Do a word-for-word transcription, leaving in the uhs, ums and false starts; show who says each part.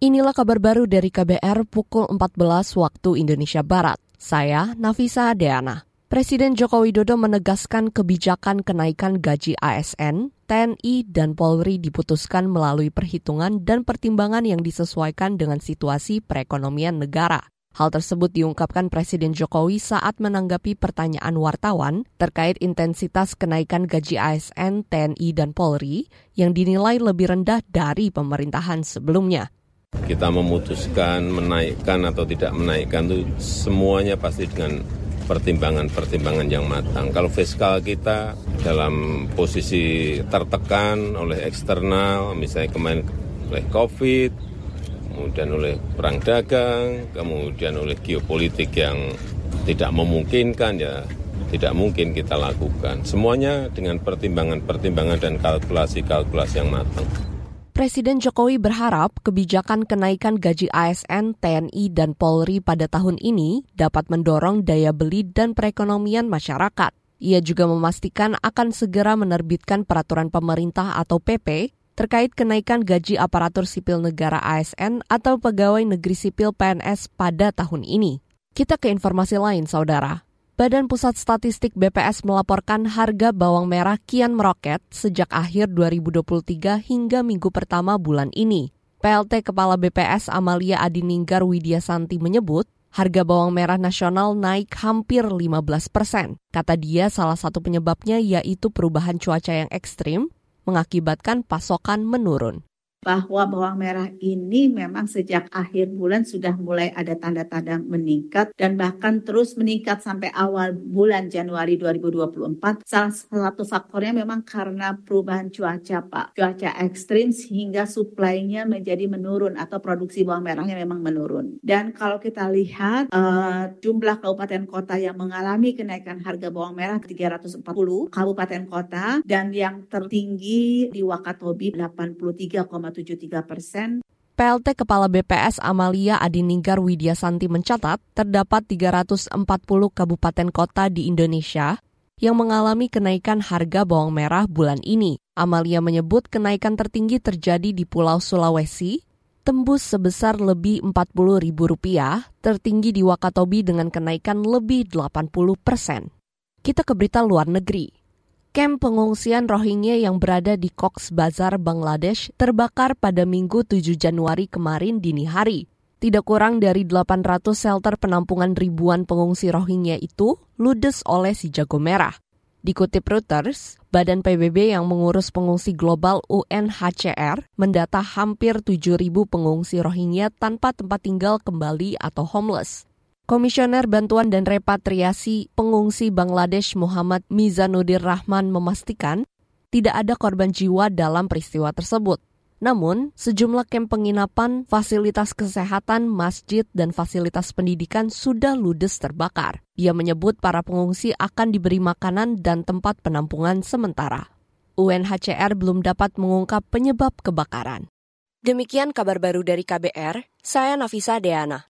Speaker 1: Inilah kabar baru dari K B R pukul empat belas waktu Indonesia Barat. Saya Nafisa Deana. Presiden Joko Widodo menegaskan kebijakan kenaikan gaji A S N, T N I, dan Polri diputuskan melalui perhitungan dan pertimbangan yang disesuaikan dengan situasi perekonomian negara. Hal tersebut diungkapkan Presiden Jokowi saat menanggapi pertanyaan wartawan terkait intensitas kenaikan gaji A S N, T N I, dan Polri yang dinilai lebih rendah dari pemerintahan sebelumnya.
Speaker 2: Kita memutuskan menaikkan atau tidak menaikkan itu semuanya pasti dengan pertimbangan-pertimbangan yang matang. Kalau fiskal kita dalam posisi tertekan oleh eksternal, misalnya kemarin oleh COVID, kemudian oleh perang dagang, kemudian oleh geopolitik yang tidak memungkinkan, ya tidak mungkin kita lakukan. Semuanya dengan pertimbangan-pertimbangan dan kalkulasi-kalkulasi yang matang.
Speaker 1: Presiden Jokowi berharap kebijakan kenaikan gaji A S N, T N I, dan Polri pada tahun ini dapat mendorong daya beli dan perekonomian masyarakat. Ia juga memastikan akan segera menerbitkan peraturan pemerintah atau P P terkait kenaikan gaji aparatur sipil negara A S N atau pegawai negeri sipil P N S pada tahun ini. Kita ke informasi lain, saudara. Badan Pusat Statistik B P S melaporkan harga bawang merah kian meroket sejak akhir dua ribu dua puluh tiga hingga minggu pertama bulan ini. P L T Kepala B P S Amalia Adininggar Widyasanti menyebut harga bawang merah nasional naik hampir lima belas persen. Kata dia salah satu penyebabnya yaitu perubahan cuaca yang ekstrim mengakibatkan pasokan menurun.
Speaker 3: Bahwa bawang merah ini memang sejak akhir bulan sudah mulai ada tanda-tanda meningkat dan bahkan terus meningkat sampai awal bulan Januari dua ribu dua puluh empat. Salah satu faktornya memang karena perubahan cuaca, Pak. Cuaca ekstrim sehingga suplainya menjadi menurun atau produksi bawang merahnya memang menurun. Dan kalau kita lihat uh, jumlah kabupaten kota yang mengalami kenaikan harga bawang merah tiga ratus empat puluh kabupaten kota dan yang tertinggi di Wakatobi delapan puluh tiga koma tujuh tiga persen.
Speaker 1: P L T Kepala B P S Amalia Adininggar Widyasanti mencatat terdapat tiga ratus empat puluh kabupaten kota di Indonesia yang mengalami kenaikan harga bawang merah bulan ini. Amalia menyebut kenaikan tertinggi terjadi di Pulau Sulawesi, tembus sebesar lebih empat puluh ribu rupiah, tertinggi di Wakatobi dengan kenaikan lebih delapan puluh persen. Kita ke berita luar negeri. Kamp pengungsian Rohingya yang berada di Cox's Bazar, Bangladesh terbakar pada Minggu tujuh Januari kemarin dini hari. Tidak kurang dari delapan ratus shelter penampungan ribuan pengungsi Rohingya itu ludes oleh si jago merah. Dikutip Reuters, Badan P B B yang mengurus pengungsi global U N H C R mendata hampir tujuh ribu pengungsi Rohingya tanpa tempat tinggal kembali atau homeless. Komisioner Bantuan dan Repatriasi Pengungsi Bangladesh Muhammad Mizanuddin Rahman memastikan tidak ada korban jiwa dalam peristiwa tersebut. Namun, sejumlah kamp penginapan, fasilitas kesehatan, masjid, dan fasilitas pendidikan sudah ludes terbakar. Dia menyebut para pengungsi akan diberi makanan dan tempat penampungan sementara. U N H C R belum dapat mengungkap penyebab kebakaran. Demikian kabar baru dari K B R, saya Nafisa Deana.